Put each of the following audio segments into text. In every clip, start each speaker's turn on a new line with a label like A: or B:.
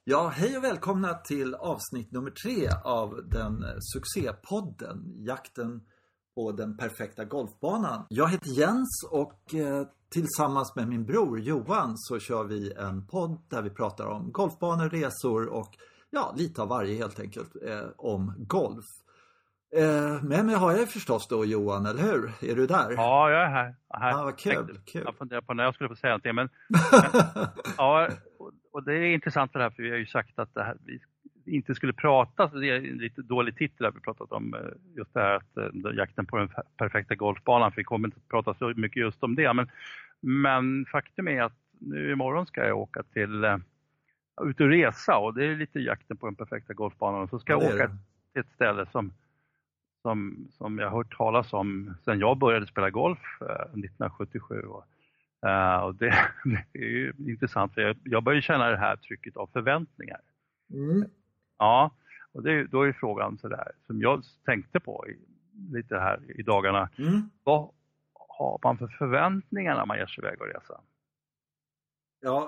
A: Ja, hej och välkomna till avsnitt nummer 3 av den succépodden Jakten på den perfekta golfbanan. Jag heter Jens och tillsammans med min bror Johan så kör vi en podd där vi pratar om golfbanor, resor och ja, lite av varje helt enkelt om golf. Med mig har jag förstås då Johan, eller hur? Är du där?
B: Ja, jag är här.
A: Ja, vad kul.
B: Jag funderar på när jag skulle få säga någonting. Men ja, och det är intressant för det här, för vi har ju sagt att det här, vi inte skulle prata, så det är en lite dålig titel där vi pratat om just det här att jakten på den perfekta golfbanan, för vi kommer inte att prata så mycket just om det. Men faktum är att nu imorgon ska jag åka ut och resa, och det är lite jakten på den perfekta golfbanan. Och så ska jag åka till ett ställe som jag har hört talas om sedan jag började spela golf 1977. Och det är ju intressant, för jag börjar känna det här trycket av förväntningar.
A: Mm.
B: Ja, och då är frågan sådär, som jag tänkte på lite här i dagarna. Vad har man för förväntningar när man ger sig iväg och resa?
A: Ja,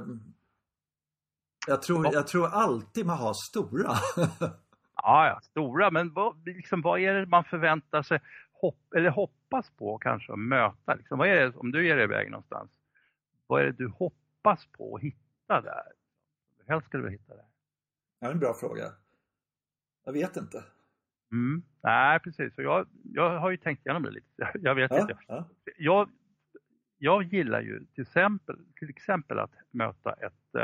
A: jag tror alltid man har stora.
B: Ja, stora, men vad är det man förväntar sig hoppas på kanske att möta? Liksom, vad är det, om du ger dig iväg någonstans, vad är det du hoppas på att hitta där? Helst ska du hitta där.
A: Ja, det är en bra fråga. Jag vet inte.
B: Nej, precis. Så jag har ju tänkt igenom det lite. Jag vet inte. Ja. Jag gillar ju till exempel att möta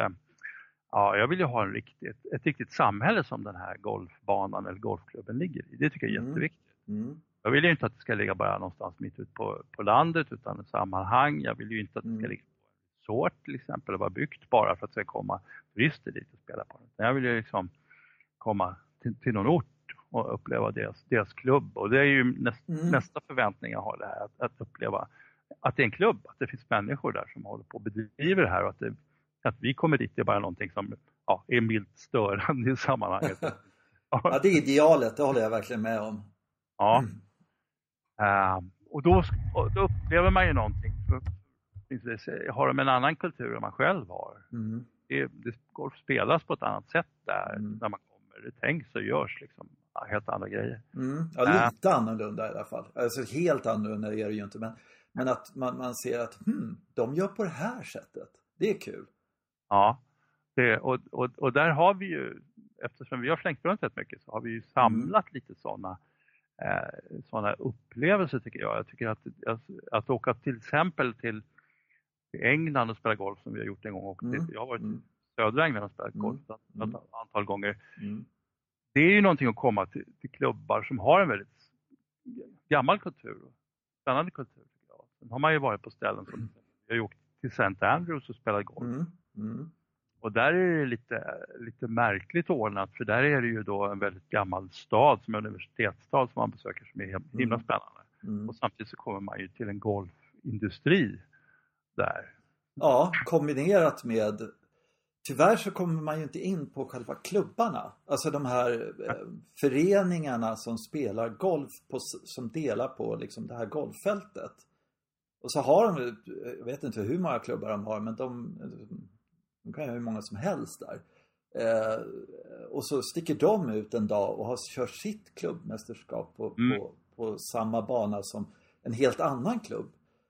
B: jag vill ju ha ett riktigt samhälle som den här golfbanan eller golfklubben ligger i. Det tycker jag är jätteviktigt. Jag vill ju inte att det ska ligga bara någonstans mitt ute på landet, utan ett sammanhang. Jag vill ju inte att det ska ligga på en resort till exempel och vara byggt bara för att det ska komma turister dit och spela på det. Jag vill ju liksom komma till någon ort och uppleva deras klubb. Och det är ju nästa förväntning jag har, det här att uppleva att det är en klubb, att det finns människor där som håller på och bedriver det här, och att vi kommer dit är bara någonting som är milt störande i sammanhanget.
A: Ja, det är idealet, det håller jag verkligen med om.
B: Ja. Och då upplever man ju någonting. Har de en annan kultur än man själv har. Golf spelas på ett annat sätt där när man kommer. Det tänks och görs liksom helt andra grejer.
A: Ja, lite annorlunda i alla fall. Alltså helt annorlunda är det ju inte. Men att man ser att de gör på det här sättet. Det är kul.
B: Ja, och där har vi ju, eftersom vi har slängt runt rätt mycket, så har vi ju samlat lite sådana upplevelser tycker jag. Jag tycker att åka till exempel till England och spela golf, som vi har gjort en gång. Och jag har varit i södra England och spelat golf ett antal gånger. Det är ju någonting att komma till klubbar som har en väldigt gammal kultur, spännande kultur tycker jag. Sen har man ju varit på ställen som vi har gjort till St. Andrews och spelat golf. Och där är det lite märkligt ordnat, för där är det ju då en väldigt gammal stad som är en universitetsstad som man besöker, som är himla spännande. Och samtidigt så kommer man ju till en golfindustri där.
A: Ja, kombinerat med, tyvärr så kommer man ju inte in på själva klubbarna. Alltså de här föreningarna som spelar golf som delar på liksom det här golffältet. Och så har de, jag vet inte hur många klubbar de har, men de kan ju ha hur många som helst där. Och så sticker de ut en dag och kör sitt klubbmästerskap på samma bana som en helt annan klubb.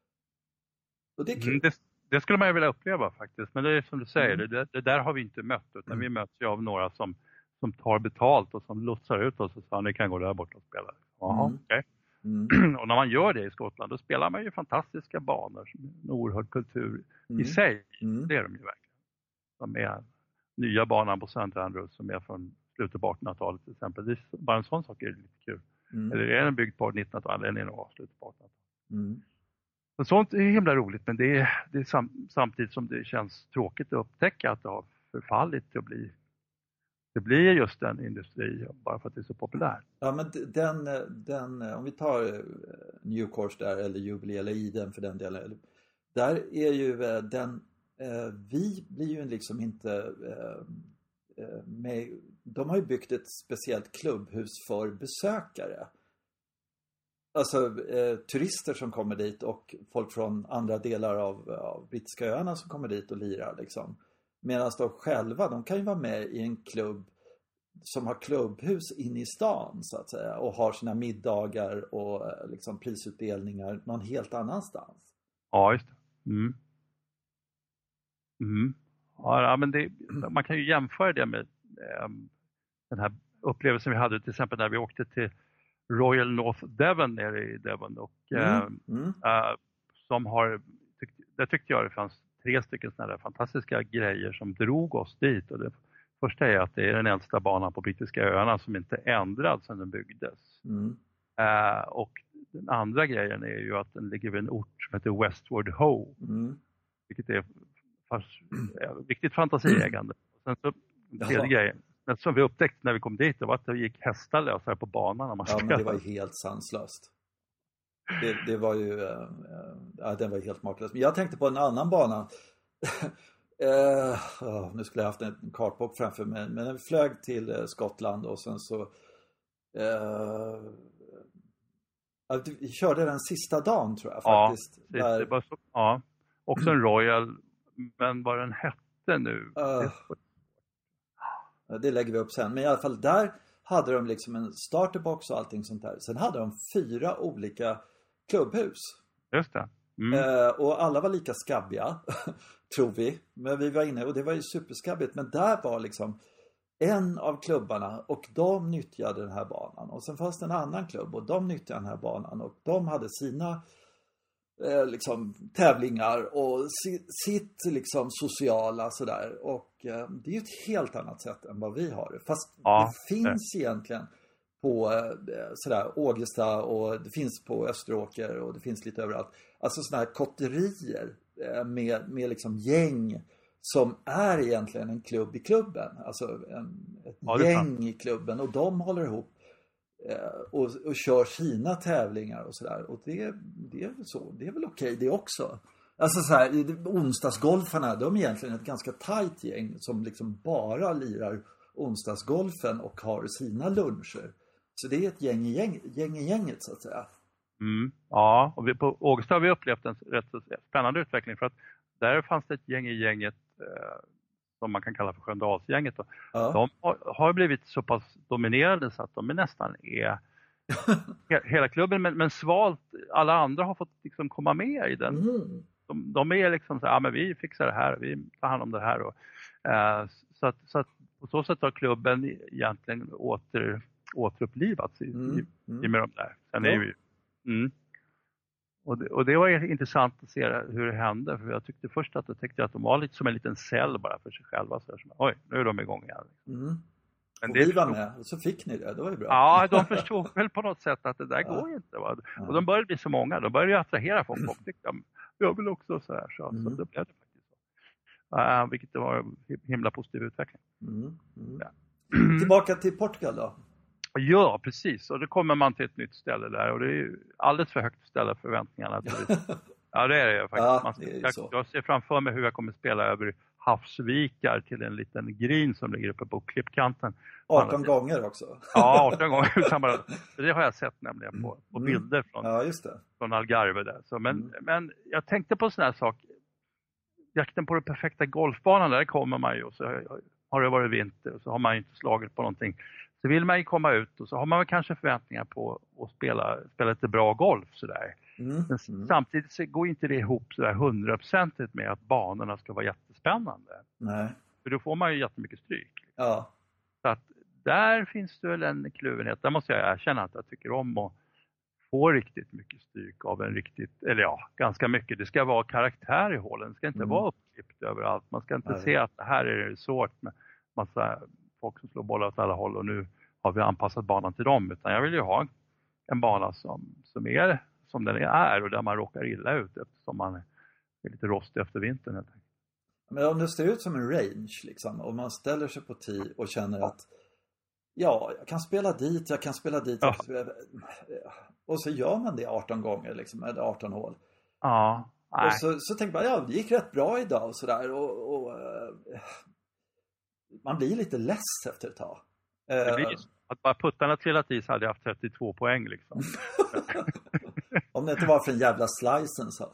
A: Och det är kul.
B: Det skulle man ju vilja uppleva faktiskt. Men det är som du säger, det där har vi inte mött. Utan vi möts ju av några som tar betalt och som lotsar ut oss och säger ni kan gå där bort och spela. Jaha, okej. Och när man gör det i Skottland, då spelar man ju fantastiska banor. En oerhörd kultur i sig. Det är de ju verkligen. De är nya banan på St. Andrews som är från slutet på 1800-talet till exempel. Det är bara en sån sak är lite kul. Eller är den byggd på 1900-talet eller är den nog slutet på 1800-talet. Och sånt är himla roligt, men det är samtidigt som det känns tråkigt att upptäcka att det har förfallit till att bli. Det blir just en industri bara för att det är så populärt.
A: Ja, men den om vi tar New Course där, eller Jubilee eller Eden för den delen. Där är ju vi blir ju liksom inte med, de har ju byggt ett speciellt klubbhus för besökare. Alltså turister som kommer dit och folk från andra delar av brittiska öarna som kommer dit och lirar liksom. Medan de själva, de kan ju vara med i en klubb som har klubbhus in i stan så att säga. Och har sina middagar och liksom prisutdelningar någon helt annanstans.
B: Ja, just det. Ja, men man kan ju jämföra det med den här upplevelsen vi hade till exempel när vi åkte till Royal North Devon nere i Devon. Och som har, där tyckte jag det fanns 3 stycken sådana där fantastiska grejer som drog oss dit. Och det första är att det är den äldsta banan på Brittiska öarna som inte ändrats sedan den byggdes. Och den andra grejen är ju att den ligger vid en ort som heter Westward Ho. Vilket är riktigt fantasieägande. Sen så tredje grejen som vi upptäckte när vi kom dit, det var att det gick hästar lösa på banan.
A: Men det var ju helt sanslöst. Det var ju den var helt makalös. Men jag tänkte på en annan bana. Nu skulle jag haft en kartbok framför mig, men vi flög till Skottland och sen så vi körde den sista dagen tror jag faktiskt.
B: Det var så, också en Royal, men vad den hette nu.
A: Det lägger vi upp sen. Men i alla fall där hade de liksom en starterbox och allting sånt där. Sen hade de 4 olika klubbhus.
B: Just det.
A: Och alla var lika skabbiga, tror vi. Men vi var inne och det var ju superskabbigt. Men där var liksom en av klubbarna och de nyttjade den här banan. Och sen fanns det en annan klubb och de nyttjade den här banan. Och de hade sina liksom tävlingar och sitt liksom sociala sådär. Och det är ju ett helt annat sätt än vad vi har. Fast det finns egentligen på sådär Ågesta och det finns på Österåker och det finns lite överallt. Alltså sådana här kotterier med liksom gäng som är egentligen en klubb i klubben. Alltså ett gäng i klubben och de håller ihop och kör sina tävlingar och sådär. Och det är väl så. Det är väl okej det också. Alltså så här, onsdagsgolfarna, de är egentligen ett ganska tajt gäng som liksom bara lirar onsdagsgolfen och har sina luncher. Så det är ett gäng i gänget så att säga.
B: Ja, och på Ågesta har vi upplevt en rätt spännande utveckling för att där fanns det ett gäng i gänget som man kan kalla för Sköndalsgänget. De har blivit så pass dominerade så att de är nästan hela klubben men svalt. Alla andra har fått liksom komma med i den. De är liksom så här, men vi fixar det här, vi tar hand om det här. Och, så att på så sätt har klubben egentligen återupplivats i med de där. Sen är vi Och det var intressant att se hur det hände. För jag tyckte först att de var lite som en liten cell bara för sig själva. Så oj, nu är de igång igen.
A: Men vi var med och så fick ni det var ju bra.
B: Ja, de förstod väl på något sätt att det där går inte. Va? Och de började bli så många. De började attrahera folk. Och tyckte jag vill också så här. Så det blev det faktiskt så. Vilket var en himla positiv utveckling.
A: Tillbaka till Portugal då.
B: Ja, precis. Och då kommer man till ett nytt ställe där. Och det är ju alldeles för högt ställa förväntningarna. Ja, det är det faktiskt. Jag ser framför mig hur jag kommer spela över havsvikar till en liten grin som ligger uppe på klippkanten.
A: 18 gånger också.
B: Ja, 18 gånger. Det har jag sett nämligen på bilder från Algarve där. Så, men jag tänkte på sån här sak. Jakten på den perfekta golfbanan, där kommer man ju. Och så har det varit vinter och så har man inte slagit på någonting. Så vill man ju komma ut och så har man kanske förväntningar på att spela lite bra golf sådär. Men samtidigt så går inte det ihop sådär 100% med att banorna ska vara jättespännande.
A: Nej.
B: För då får man ju jättemycket stryk.
A: Ja.
B: Så att där finns det väl en kluvenhet. Där måste jag erkänna att jag tycker om att få riktigt mycket stryk av en riktigt, eller ganska mycket. Det ska vara karaktär i hålen. Det ska inte vara uppklippt överallt. Man ska inte se att det här är svårt med massa folk som slår bollar åt alla håll och nu har vi anpassat banan till dem. Utan jag vill ju ha en bana som är som den är och där man råkar illa ut eftersom man är lite rostig efter vintern. Helt enkelt.
A: Men om det ser ut som en range liksom, och man ställer sig på tee och känner att jag kan spela dit. Och så gör man det 18 gånger liksom, eller 18 hål.
B: Ja.
A: Och så tänker man, det gick rätt bra idag och sådär. Och man blir lite less efter ett tag.
B: Att bara puttarna trillat i så hade jag haft 32 poäng liksom.
A: Om det inte var för en jävla slicen så.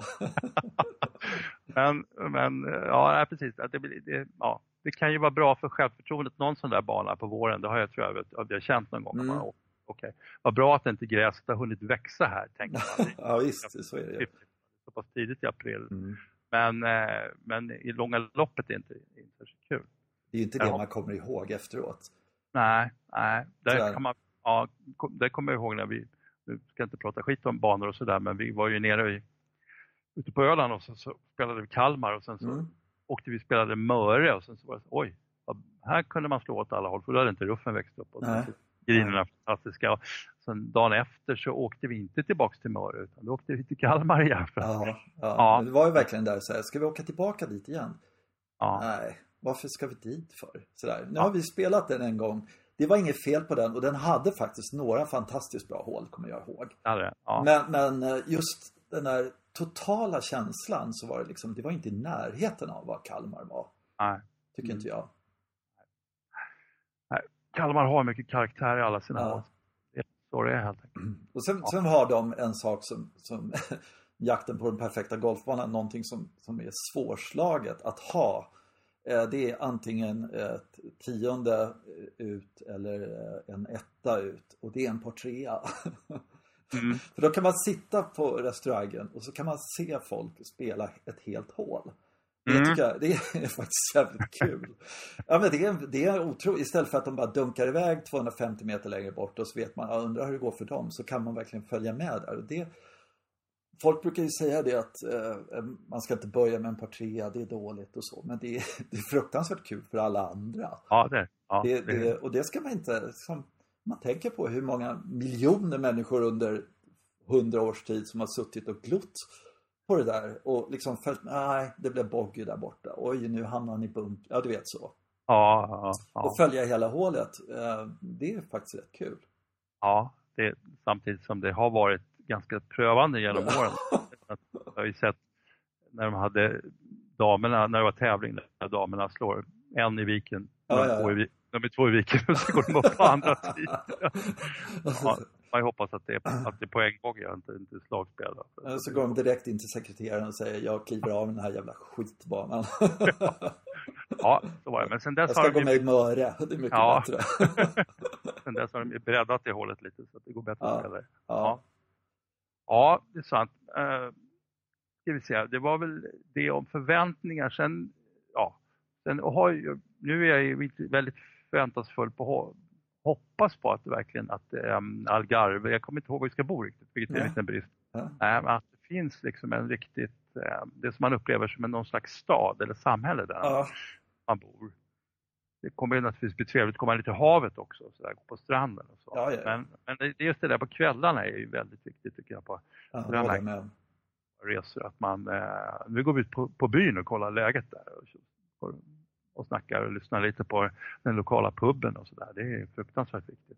B: men ja, precis. Det kan ju vara bra för självförtroendet någon sån där bana på våren. Det har jag tror jag känt någon gång. Okej. Vad bra att inte gräset har hunnit växa här, tänker man.
A: Ja visst, så är det.
B: Så pass tidigt i april. Men i långa loppet är inte så kul.
A: Det är ju inte det man kommer ihåg efteråt.
B: Nej. Det kommer jag ihåg när nu ska jag inte prata skit om banor och sådär, men vi var ju nere ute på Öland och så spelade vi Kalmar och sen så åkte vi och spelade Möre och sen så var det så, här kunde man slå åt alla håll för då hade inte ruffen växt upp och grinerna fantastiska. Och sen dagen efter så åkte vi inte tillbaka till Möre utan då åkte vi till Kalmar igen.
A: Ja. Men det var ju verkligen där så här, ska vi åka tillbaka dit igen?
B: Ja.
A: Nej, varför ska vi dit för? Sådär. Nu har vi spelat den en gång. Det var inget fel på den och den hade faktiskt några fantastiskt bra hål, kommer jag ihåg.
B: Ja.
A: Men just den där totala känslan så var det liksom, det var inte i närheten av vad Kalmar var.
B: Nej.
A: Tycker inte jag.
B: Nej. Kalmar har mycket karaktär i alla sina hål. Så det är helt enkelt.
A: Och sen har de en sak som jakten på den perfekta golfbanan, någonting som är svårslaget att ha. Det är antingen ett 10:e ut eller en 1:a ut. Och det är en par 3:a. För då kan man sitta på restaurangen och så kan man se folk spela ett helt hål. Det tycker jag, det är faktiskt jävligt kul. Ja, men det är otroligt. Istället för att de bara dunkar iväg 250 meter längre bort och så vet man, undrar hur det går för dem, så kan man verkligen följa med där. Och folk brukar ju säga det att man ska inte börja med en par 3:a, det är dåligt och så. Men det är fruktansvärt kul för alla andra. Och det ska man inte... Man tänker på hur många miljoner människor under 100 års tid som har suttit och glott på det där. Och liksom följt, nej, det blev boggy där borta. Oj, nu hamnar han i bunk. Ja, du vet så. Och följa hela hålet, det är faktiskt rätt kul.
B: Ja, samtidigt som det har varit ganska prövande genom åren. Jag har ju sett när de hade damerna, när det var tävling där damerna slår en i viken, nummer 2 i viken och så går de upp på andra sidan. Man hoppas att det är poängboggar, inte slagspel.
A: Så går de direkt in till sekreteraren och säger, jag kliver av den här jävla skitbanan.
B: Ja, så var det. Men sen dess
A: jag ska gå med i Möre, det är mycket bättre.
B: Sen dess har de breddat det hålet lite så att det går bättre att spela.
A: Ja,
B: det är sant. Ska vi se, det var väl det om förväntningar. Sen nu är jag ju väldigt förväntansfull på hoppas på att verkligen att Algarve, jag kommer inte ihåg var vi ska bo riktigt, vilket är en liten brist. Men att det finns liksom en riktigt, det som man upplever som någon slags stad eller samhälle där man bor. Det kommer ju naturligtvis bli trevligt att komma lite till havet också, så där, gå på stranden och så. Men det just det där på kvällarna är ju väldigt viktigt tycker jag på resor, att man nu går vi ut på byn och kollar läget där och snackar och lyssnar lite på den lokala puben och sådär. Det är fruktansvärt viktigt.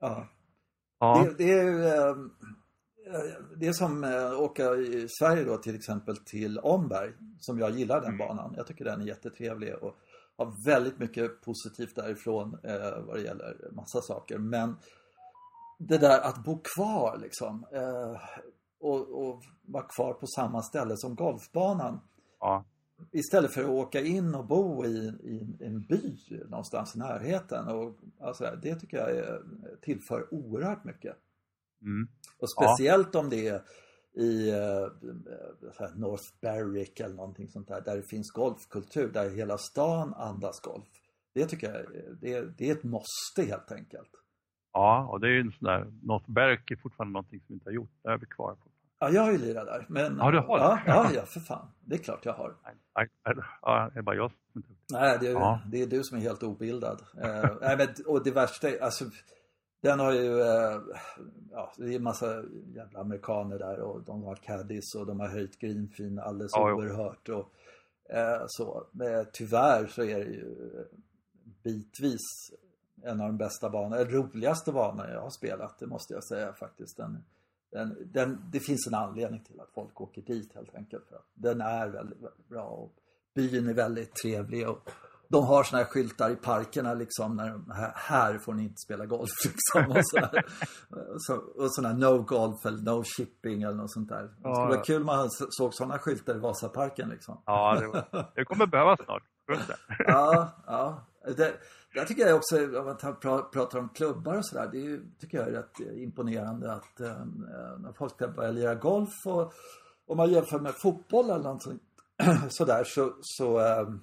A: Det är som åka i Sverige då till exempel till Omberg, som jag gillar den banan. Jag tycker den är jättetrevlig och har väldigt mycket positivt därifrån vad det gäller massa saker. Men det där att bo kvar liksom och vara kvar på samma ställe som golfbanan. Istället för att åka in och bo i en by någonstans i närheten. Och, alltså, det tycker jag tillför oerhört mycket. Och speciellt om det är i North Berwick eller någonting sånt där det finns golfkultur, där hela stan andas golf. Det tycker jag det är ett måste helt enkelt.
B: Ja, och det är ju en sån där, North Berwick är fortfarande någonting som vi inte har gjort, det är vi kvar på.
A: Ja, jag har ju lirat där. Men,
B: du har det?
A: Ja, för fan. Det är klart jag har.
B: Det är bara jag som inte.
A: Nej, det är du som är helt obildad. Och det värsta är, alltså, den har ju, det är en massa jävla amerikaner där och de har caddies och de har höjt greenfin alldeles oerhört och så. Men tyvärr så är det ju bitvis en av de bästa banorna, roligaste banorna jag har spelat, det måste jag säga faktiskt. Det finns en anledning till att folk åker dit helt enkelt, för att den är väldigt, väldigt bra och byn är väldigt trevlig de har såna här skyltar i parkerna liksom, när här får ni inte spela golf liksom, och sådana no golf eller no shipping eller något sånt där. Det skulle vara kul om man såg sådana skyltar i Vasaparken liksom.
B: Ja, det kommer behövas snart.
A: Ja. Det tycker jag också, om man pratar om klubbar och sådär, det tycker jag är rätt imponerande att när folk ska börja lira golf, och om man jämför med fotboll eller någonting sådär, så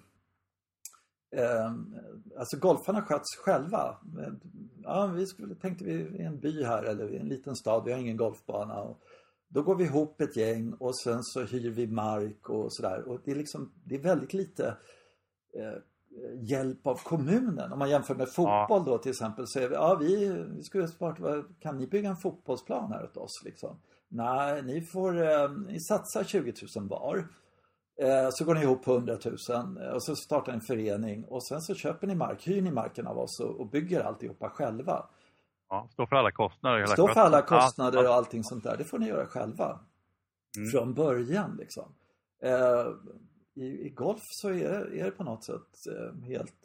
A: alltså golfarna sköts själva. Ja, tänkte vi i en by här eller i en liten stad, vi har ingen golfbana, och då går vi ihop ett gäng och sen så hyr vi mark och sådär, och det är liksom, det är väldigt lite hjälp av kommunen. Om man jämför med fotboll då till exempel, så är vi skulle starta, kan ni bygga en fotbollsplan här åt oss liksom? Nej, ni satsar 20 000 var. Så går ni ihop på 100 000 och så startar en förening, och sen så köper ni hyr ni marken av oss och bygger alltihopa själva.
B: Ja, stå för alla kostnader.
A: Stå för alla kostnader och allting sånt där. Det får ni göra själva. Från början liksom. I golf så är det på något sätt helt...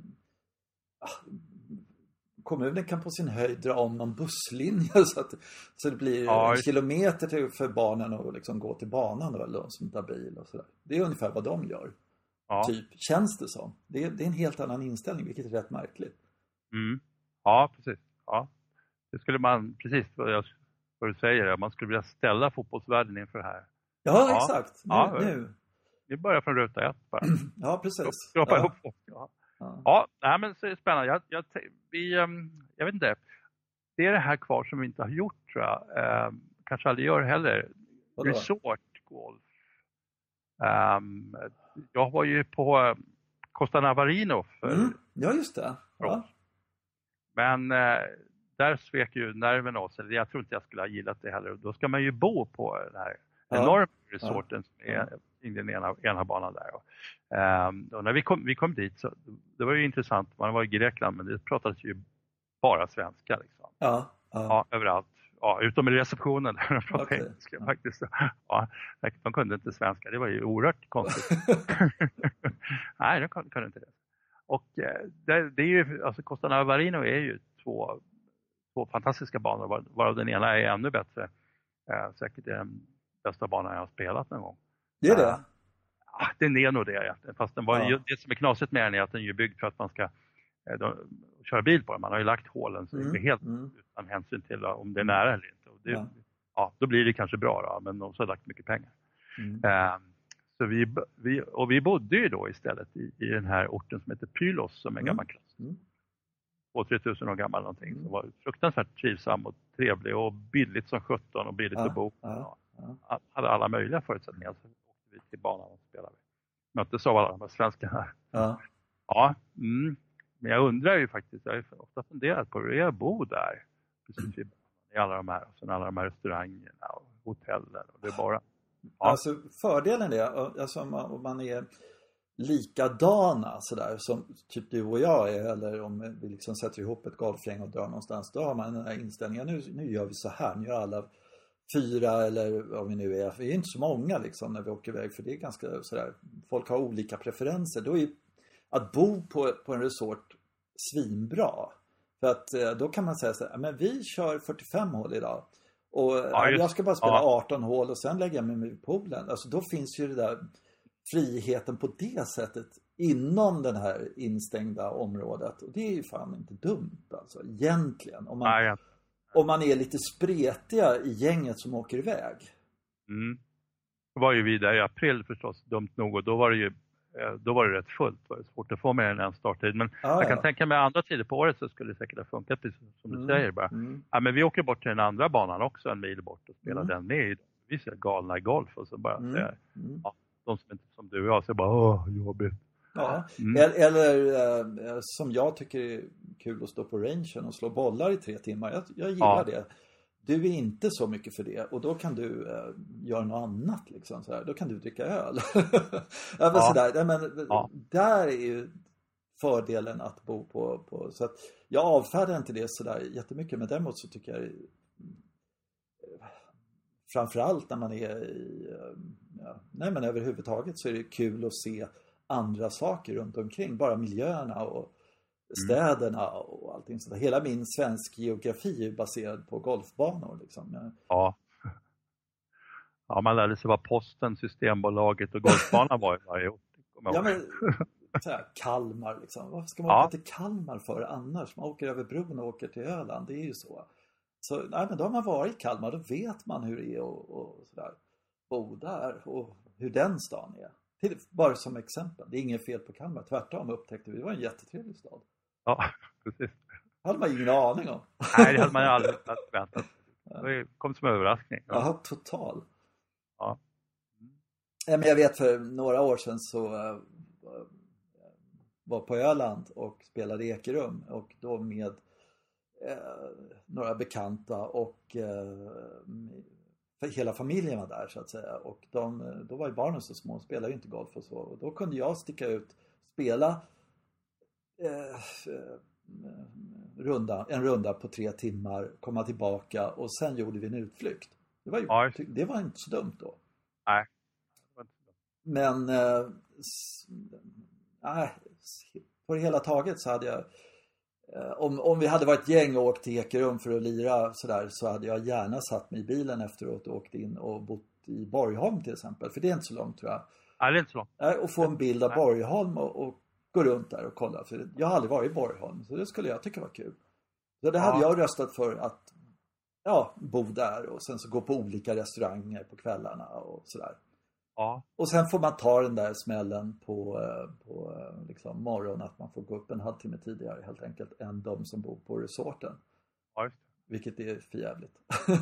A: kommunen kan på sin höjd dra om någon busslinje så det blir en kilometer för barnen att liksom gå till banan eller de som tar bil och sådär. Det är ungefär vad de gör. Typ, känns det som. Det är en helt annan inställning, vilket är rätt märkligt.
B: Ja, precis. Ja. Det skulle man, precis vad du säger, man skulle vilja ställa fotbollsvärlden inför det här.
A: Ja, exakt. Nu.
B: Vi börjar från ruta 1 bara.
A: Ja, precis.
B: Skrapa ihop. Ja, men så är det spännande. Jag vet inte. Det är det här kvar som vi inte har gjort, tror jag. Kanske aldrig gör heller. Resort golf. Jag var ju på Costa Navarino
A: ja, just det. Ja.
B: Men där svek ju nerven av sig. Jag tror inte jag skulle ha gillat det heller. Då ska man ju bo på den här enorma resorten som är i den ena banan där. Och när vi kom dit, så det var ju intressant. Man var i Grekland, men det pratades ju bara svenska liksom. Ja, överallt. Ja, utom i receptionen där de pratade engelska faktiskt. Ja, de kunde inte svenska. Det var ju oerhört konstigt. Nej, de kunde inte det. Och det är ju, alltså Costa Navarino är ju två fantastiska banor, varav den ena är ännu bättre. Säkert är den bästa banan jag har spelat någon gång.
A: Det är det?
B: Den är nog det egentligen. Fast det som är knasigt med den är att den är byggd för att man ska köra bil på den. Man har ju lagt hålen så det är helt utan hänsyn till om det är nära eller inte. Och då blir det kanske bra då, men de har lagt mycket pengar. Så vi bodde ju då istället i den här orten som heter Pylos, som är en gammal klass. 2-3 000 år gammal någonting. Som var fruktansvärt trivsam och trevlig och billigt som 17 och billigt att bo. Hade alla möjliga förutsättningar, så åkte vi till banan och spelade. Möttes av alla de här svenskarna. Men jag undrar ju faktiskt, jag har ofta funderat på hur det är att bo där. Precis i alla de här, och sen alla de här restaurangerna och hotellen. Och det är bara...
A: Alltså fördelen är, alltså om man är likadana sådär som typ du och jag är, eller om vi liksom sätter ihop ett golfgäng och drar någonstans, då har man den här inställningen, nu gör vi så här, nu gör alla 4 eller vad vi nu är, vi är inte så många liksom när vi åker iväg, för det är ganska sådär, folk har olika preferenser. Då är att bo på en resort svinbra, för att då kan man säga så här, men vi kör 45 hål idag och jag ska bara spela 18 hål och sen lägga mig vid poolen. Alltså då finns ju det där friheten på det sättet inom den här instängda området, och det är ju fan inte dumt alltså egentligen, om man är lite spretiga i gänget som åker iväg.
B: Då var ju vi där i april förstås, dumt nog, och då var det rätt fullt. Det var svårt att få med en starttid, men jag kan tänka mig andra tider på året så skulle det säkert ha funkat, precis som du säger bara. Men vi åker bort till den andra banan också, en mil bort, och spelar den med. Vi ser galna i golf och så bara de som inte som du och jag så bara jobbigt.
A: Eller som jag tycker är kul att stå på rangen och slå bollar i 3 timmar. Jag gillar det. Du är inte så mycket för det, och då kan du göra något annat liksom, så här. Då kan du dricka öl. Där är ju fördelen att bo på så att jag avfärdar inte det så där jättemycket, men däremot så tycker jag framförallt när man är men överhuvudtaget så är det kul att se andra saker runt omkring. Bara miljöerna och städerna och allting sådär. Hela min svensk geografi är baserad på golfbanor liksom.
B: Ja. Ja, man lärde sig vad posten, Systembolaget och golfbanan var i varje ort.
A: Ja, men såhär, Kalmar liksom. Varför ska man åka till Kalmar för annars? Man åker över bron och åker till Öland. Det är ju så. Så nej, men då har man varit i Kalmar. Då vet man hur det är och sådär. Bo där och hur den stan är. Bara som exempel. Det är inget fel på Kalmar. Tvärtom upptäckte vi. Det var en jättetrevlig stad.
B: Ja, precis.
A: Det hade man ingen aning om.
B: Nej, det hade man ju aldrig väntat. Det kom som överraskning.
A: Ja, total.
B: Ja.
A: Men jag vet för några år sedan så var på Öland och spelade Ekerum. Och då med några bekanta och hela familjen var där så att säga. Och då var ju barnen så små, spelade ju inte golf och så. Och då kunde jag sticka ut, spela en runda på 3 timmar, komma tillbaka och sen gjorde vi en utflykt. Det var inte så dumt då.
B: Nej.
A: Men på det hela taget så hade jag om vi hade varit ett gäng och åkt till Ekerum för att lira sådär, så hade jag gärna satt mig i bilen efteråt och åkt in och bott i Borgholm till exempel. För det är inte så långt tror jag.
B: Nej, det är inte så långt.
A: Och få en bild av Borgholm och gå runt där och kolla. För jag har aldrig varit i Borgholm, så det skulle jag tycka var kul. Så det hade jag röstat för att bo där och sen så gå på olika restauranger på kvällarna och sådär.
B: Ja.
A: Och sen får man ta den där smällen på liksom morgon, att man får gå upp en halvtimme tidigare helt enkelt än de som bor på resorten.
B: Ja,
A: vilket är förjävligt.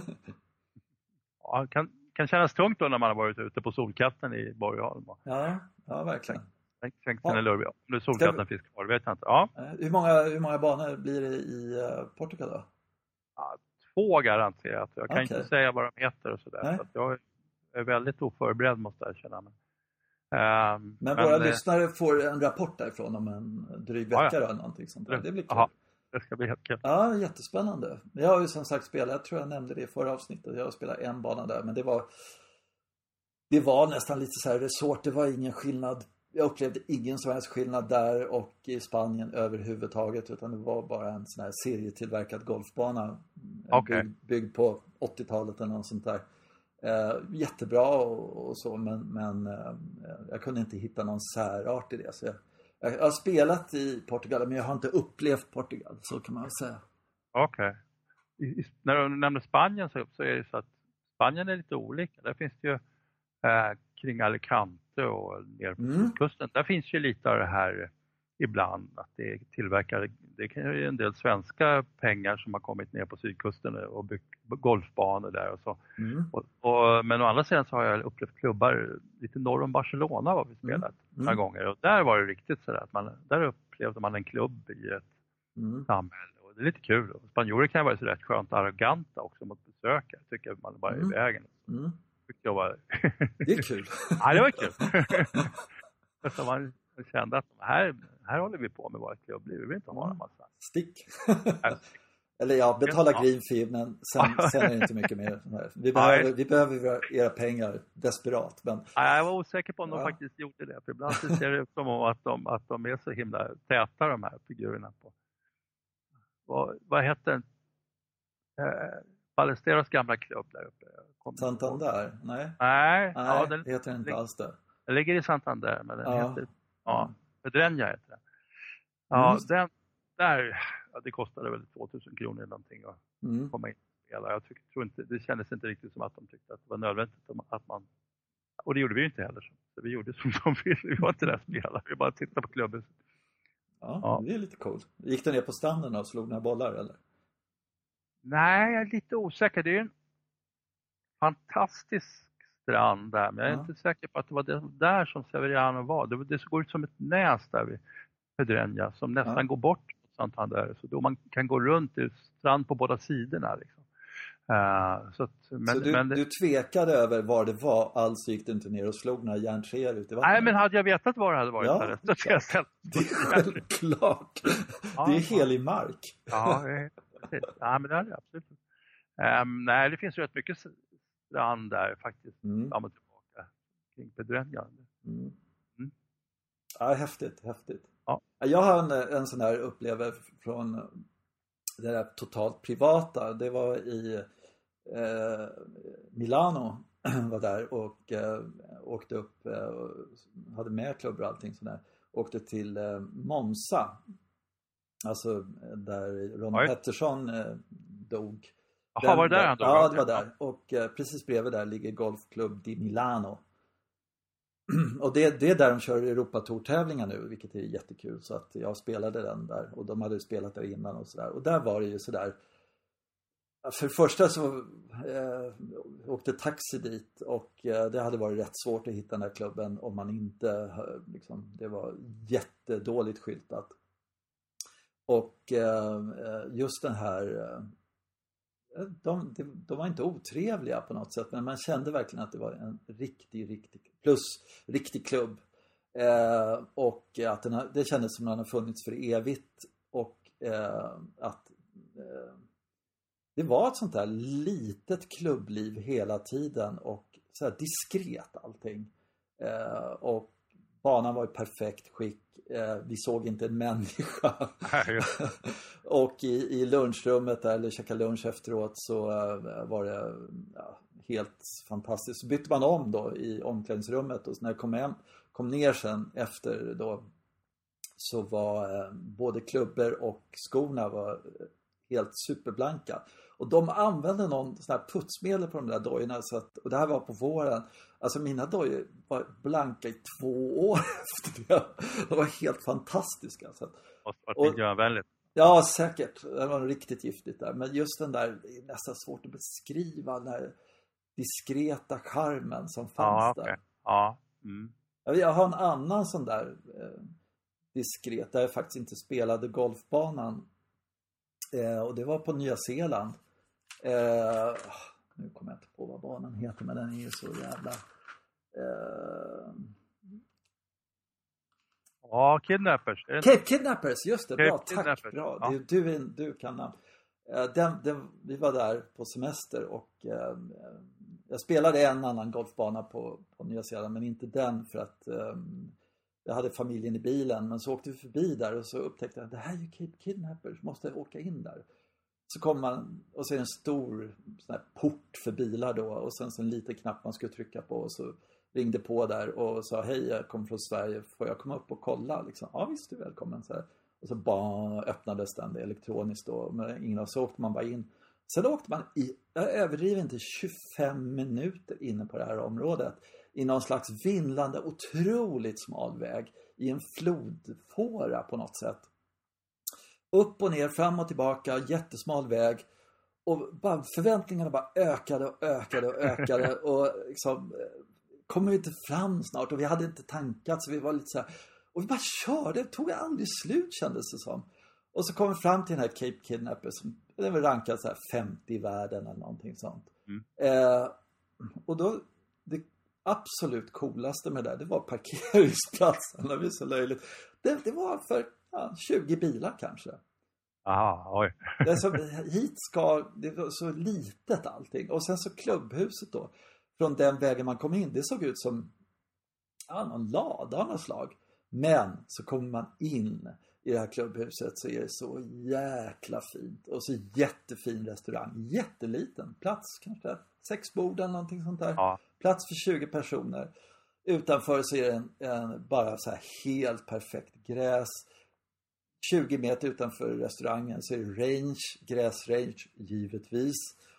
B: Ja, kan kännas tungt då när man har varit ute på Solkatten i Borgholm.
A: Ja, verkligen.
B: Tänk till Lurvig. Om det är Solkatten finns kvar, vet jag inte. Ja.
A: Hur många banor blir det i Portugal då?
B: Ja, 2 garanterat. Jag kan inte säga vad de heter och sådär. Så att jag är väldigt oförberedd måste jag känna.
A: Men våra lyssnare får en rapport därifrån om en dryg vecka eller någonting sånt där. Det blir kul.
B: Det ska bli helt kul.
A: Ja, jättespännande. Jag har ju som sagt spelat, jag tror jag nämnde det i förra avsnittet. Jag har spelat en bana där, men det var nästan lite så här resort. Det var ingen skillnad. Jag upplevde ingen som helst skillnad där och i Spanien överhuvudtaget, utan det var bara en sån här serietillverkad golfbana byggd på 80-talet eller något sånt där. Jättebra och så, men jag kunde inte hitta någon särart i det, så jag har spelat i Portugal, men jag har inte upplevt Portugal, så kan man väl säga.
B: Okej. När du nämner Spanien så är det så att Spanien är lite olika. Där finns det ju kring Alicante och ner på kusten. Där finns ju lite av det här ibland att det tillverkar, det kan ju en del svenska pengar som har kommit ner på sydkusten och byggt golfbanor där och så. Men å andra sidan så har jag upplevt klubbar lite norr om Barcelona har vi spelat några gånger, och där var det riktigt så att där upplevde man en klubb i ett samhälle, och det är lite kul. Och spanjorer kan vara så rätt skönt arroganta också mot besökare, tycker jag, man bara är i vägen. Det
A: är kul.
B: Ja, det var kul. Så man kände att här håller vi på med våra klubb. Vi vill inte ha en massa.
A: Stick. Eller betala green fee, men sen är det inte mycket mer. Vi behöver era pengar desperat. Men...
B: Jag var osäker på om de faktiskt gjorde det. För ibland ser det ut som om att de är så himla täta, de här figurerna. Vad heter Ballesteros gamla klubb där uppe?
A: Santander? Nej.
B: Den
A: heter inte alls det.
B: Den ligger i Santander, men den heter Pedreña heter den. Ja, den där, det kostade väl 2000 kronor eller någonting att komma in och spela. Jag tror inte, det kändes inte riktigt som att de tyckte att det var nödvändigt att man, och det gjorde vi ju inte heller. Så vi gjorde som de ville, vi var inte där spelare, vi bara tittade på klubben.
A: Ja, det är lite coolt. Gick du ner på stranden och slog några bollar eller? Nej,
B: jag är lite osäker. Det är ju en fantastisk strand där, men jag är inte säker på att det var det där som Severiano var. Det går ut som ett näs där vid Pedreña som nästan går bort Santander, så då man kan gå runt i strand på båda sidorna liksom. Så
A: du tvekade över var det var, alltså gick du inte ner och slog några järnträer ut i vattnet?
B: Nej, men hade jag vetat var det hade varit där, så ska jag ställa.
A: Det är självklart. Det är helig mark.
B: Ja, men det är det absolut. Nej, det finns rätt mycket strand där faktiskt fram och tillbaka kring Pedreña.
A: Ja, häftigt.
B: Ja.
A: Jag har en sån här upplevelse från det där totalt privata. Det var i Milano var där och åkte upp och hade med klubbar och allting sådär. Åkte till Monza. Alltså där Ron Pettersson dog.
B: Jaha, var det där han dog?
A: Ja, det var där. Och precis bredvid där ligger Golfklubb di Milano. Och det är där de kör Europatour-tävlingar nu, vilket är jättekul. Så att jag spelade den där och de hade spelat där innan och sådär. Och där var det ju sådär. För det första så åkte taxi dit och det hade varit rätt svårt att hitta den där klubben om man inte liksom, det var jättedåligt skyltat. Och just den här de var inte otrevliga på något sätt, men man kände verkligen att det var en riktig klubb. Och att det kändes som att den har funnits för evigt och att det var ett sånt där litet klubbliv hela tiden och så här diskret allting. Och banan var i perfekt skick. Vi såg inte en människa. Och i lunchrummet där, eller käka lunch efteråt, så var det helt fantastiskt. Så bytte man om då i omklädningsrummet och när jag kom ner sen efter då, så var både klubbor och skorna var helt superblanka. Och de använde någon sån här putsmedel på de där dojorna. Och det här var på våren. Alltså mina dojor var blanka i 2 år efter det. De var helt fantastiska.
B: Måste vara miljövänligt.
A: Ja, säkert. Det var riktigt giftigt där. Men just den där, det är nästan svårt att beskriva den där diskreta charmen som fanns där.
B: Ja. Mm.
A: Jag har en annan sån där diskret, där jag faktiskt inte spelade golfbanan. Och det var på Nya Zeeland. Nu kommer jag inte på vad banan heter, men den är ju så jävla
B: Kidnappers.
A: Cape Kidnappers, just det. Bra, tack. Bra.
B: Ja.
A: Du kan namn. Vi var där på semester och jag spelade en annan golfbana på Nya Zeeland, men inte den för att jag hade familjen i bilen. Men så åkte vi förbi där och så upptäckte jag att det här är ju Cape Kidnappers, måste jag åka in där. Så kom man och så är det en stor sån här port för bilar då, och sen så en liten knapp man skulle trycka på, och så ringde på där och sa: hej, jag kommer från Sverige, får jag komma upp och kolla liksom? Ja visst, du är välkommen, så här. Och så öppnades den elektroniskt då, men ingen av så åkte man bara in. Sen åkte man jag överdriver inte, 25 minuter inne på det här området i någon slags vindlande, otroligt smal väg i en flodfåra på något sätt. Upp och ner, fram och tillbaka, jättesmal väg. Och bara, förväntningarna bara ökade och liksom, kommer vi inte fram snart? Och vi hade inte tankat, så vi var lite så här, och vi bara körde, det tog aldrig slut, kändes det som. Och så kom vi fram till den här Cape Kidnappers, den var rankad så här 50 i världen eller någonting sånt. Och då, det absolut coolaste med det var parkeringsplatsen. Det var så löjligt. Det var för 20 bilar kanske.
B: Aha, oj.
A: Det var så litet allting. Och sen så klubbhuset då, från den vägen man kom in, det såg ut som någon lada av något slag. Men så kommer man in i det här klubbhuset, så är det så jäkla fint. Och så jättefin restaurang. Jätteliten plats, kanske 6 bord eller någonting sånt där. Ja. Plats för 20 personer. Utanför så är det en bara så här helt perfekt gräs. 20 meter utanför restaurangen så är det gräsrange givetvis.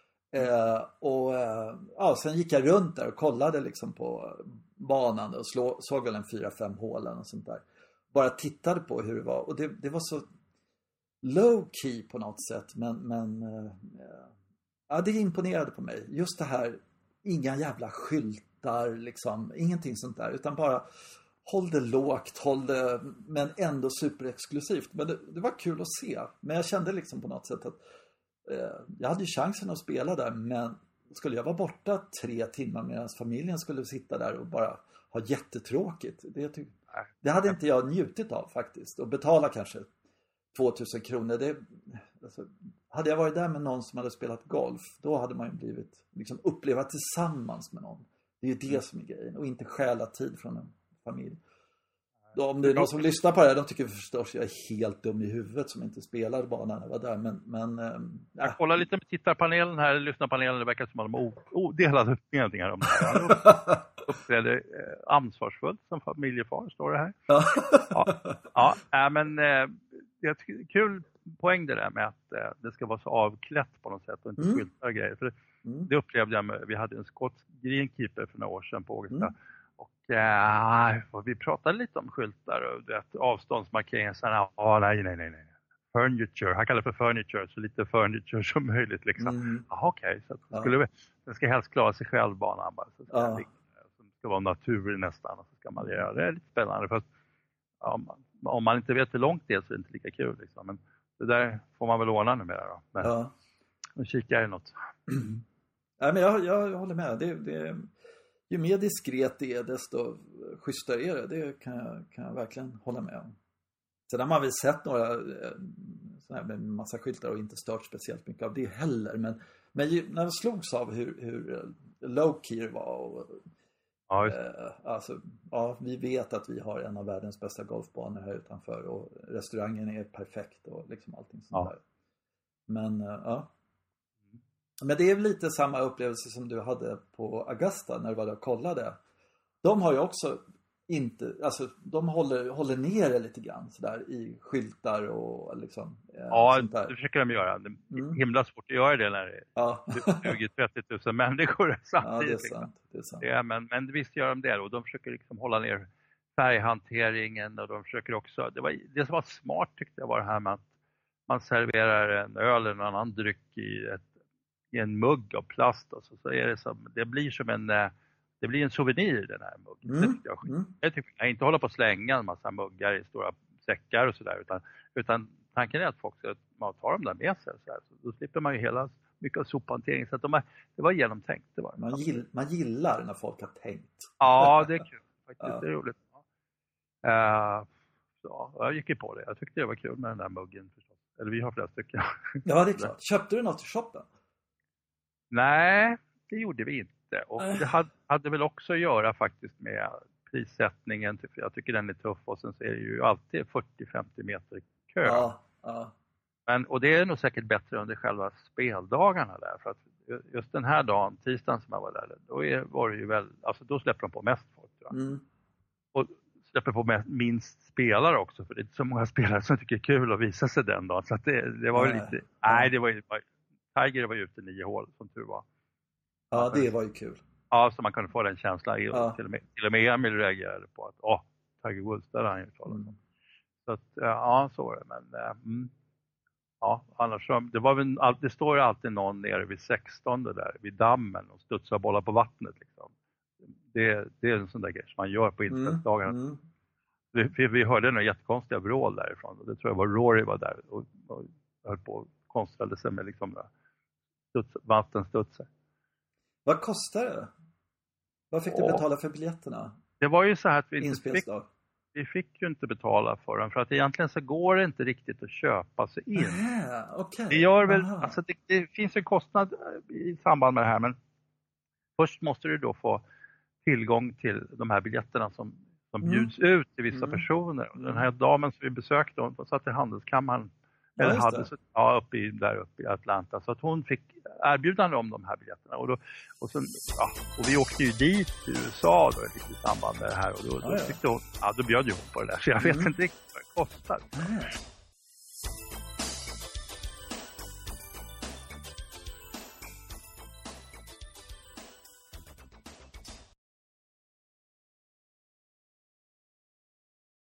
A: Sen gick jag runt där och kollade liksom på banan och såg väl en 4-5 hålen och sånt där. Bara tittade på hur det var, och det var så low key på något sätt, men det imponerade på mig. Just det här, inga jävla skyltar liksom, ingenting sånt där, utan bara håll det lågt, men ändå superexklusivt. Men det var kul att se. Men jag kände liksom på något sätt att jag hade ju chansen att spela där, men skulle jag vara borta 3 timmar medan familjen skulle sitta där och bara ha jättetråkigt, det hade inte jag njutit av faktiskt. Och betala kanske 2000 kronor. Hade jag varit där med någon som hade spelat golf, då hade man ju blivit liksom uppleva tillsammans med någon. Det är ju det som är grejen, och inte stjäla tid från en familj. om det är någon som lyssnar på det här, de tycker förstås jag är helt dum i huvudet som inte spelade banan när jag var där. Men
B: jag kollar lite med tittarpanelen här, lyssnarpanelen, det verkar som att de har odelade meningar om det här. Uppträder ansvarsfullt som familjefar, står det här. Men det är ett kul poäng det där med att det ska vara så avklätt på något sätt och inte skyltar och grejer. För det upplevde jag med, vi hade en skotsk greenkeeper för några år sedan på Ågesta. Och vi pratade lite om skyltar och avståndsmarkeringar. Så nej. Furniture, han kallar det för furniture, så lite furniture som möjligt liksom. Okej, så den ska helst klara sig själv banan bara. Så ska vara natur nästan, och så ska man göra det. Är lite spännande, fast om man inte vet hur långt det är så är det inte lika kul liksom. Men det där får man väl ordna numera då. Men nu kikar jag i något.
A: Nej, men jag håller med. Det ju mer diskret det är, desto schysstare är det. Det kan jag verkligen hålla med om. Sen har man väl sett några sådana här med massa skyltar och inte stört speciellt mycket av det heller. Men när det slogs av hur low-key det var och vi vet att vi har en av världens bästa golfbanor här utanför och restaurangen är perfekt och liksom allting sånt där. Men det är lite samma upplevelse som du hade på Augusta när du var där och kollade. De har ju också inte, alltså de håller ner det lite grann sådär i skyltar och liksom sånt där.
B: Det försöker de göra. Det är himla svårt att göra det när det är 20-30 000 människor samtidigt.
A: Ja, det är sant.
B: Men visst gör de det, och de försöker liksom hålla ner färghanteringen, och de försöker också, det som var smart tyckte jag var det här med att man serverar en öl eller en annan dryck i en mugg av plast, och så är det som, det blir en souvenir, den här muggen. Jag tycker jag inte hålla på att slänga en massa muggar i stora säckar och sådär, utan tanken är att folk ska ta dem där med sig, så då slipper man ju mycket av sophantering, så att det var genomtänkt. Det var
A: man gillar när folk har tänkt.
B: Ja, det är kul faktiskt, det är roligt. Jag gick ju på det. Jag tyckte det var kul med den där muggen förstås. Eller vi har flera stycken.
A: Ja, det är klart. Köpte du något i shoppen?
B: Nej, det gjorde vi inte. Och det hade väl också att göra faktiskt med prissättningen. Jag tycker den är tuff, och sen så är det ju alltid 40-50 meter kö. Och det är nog säkert bättre under själva speldagarna där. För att just den här dagen, tisdagen som jag var där, då var det ju väl, alltså då släpper de på mest folk. Och släpper på minst spelare också, för det är inte så många spelare som tycker det är kul att visa sig den dagen. Så att det var väl lite, det var ju, Tiger var ju ute 9 hål som tur var.
A: Ja, det var ju kul.
B: Ja, så man kunde få den känslan. Till och med Emil reagerade på att Tiger Woods, där han ju talat om. Så att, så var det. Men annars det står alltid någon nere vid 16 där, vid dammen, och studsar bollar på vattnet liksom. Det är en sån där grej som man gör på inspelningsdagarna. Vi hörde några jättekonstiga vrål därifrån, och det tror jag var Rory var där och höll på och konstfällde sig med liksom vattenstudsar.
A: Vad kostar det? Vad fick du betala för biljetterna?
B: Det var ju så här att vi fick ju inte betala för dem, för att egentligen så går det inte riktigt att köpa sig in. Det gör väl, alltså det finns en kostnad i samband med det här, men först måste du då få tillgång till de här biljetterna som bjuds ut till vissa personer. Och den här damen som vi besökte, hon satt i handelskammaren uppe i Atlanta, så att hon fick erbjudande om de här biljetterna, och vi åkte ju dit till USA då, i samband med det här, och då tyckte hon, då bjöd ju hon på det där, så jag vet inte riktigt vad det kostar.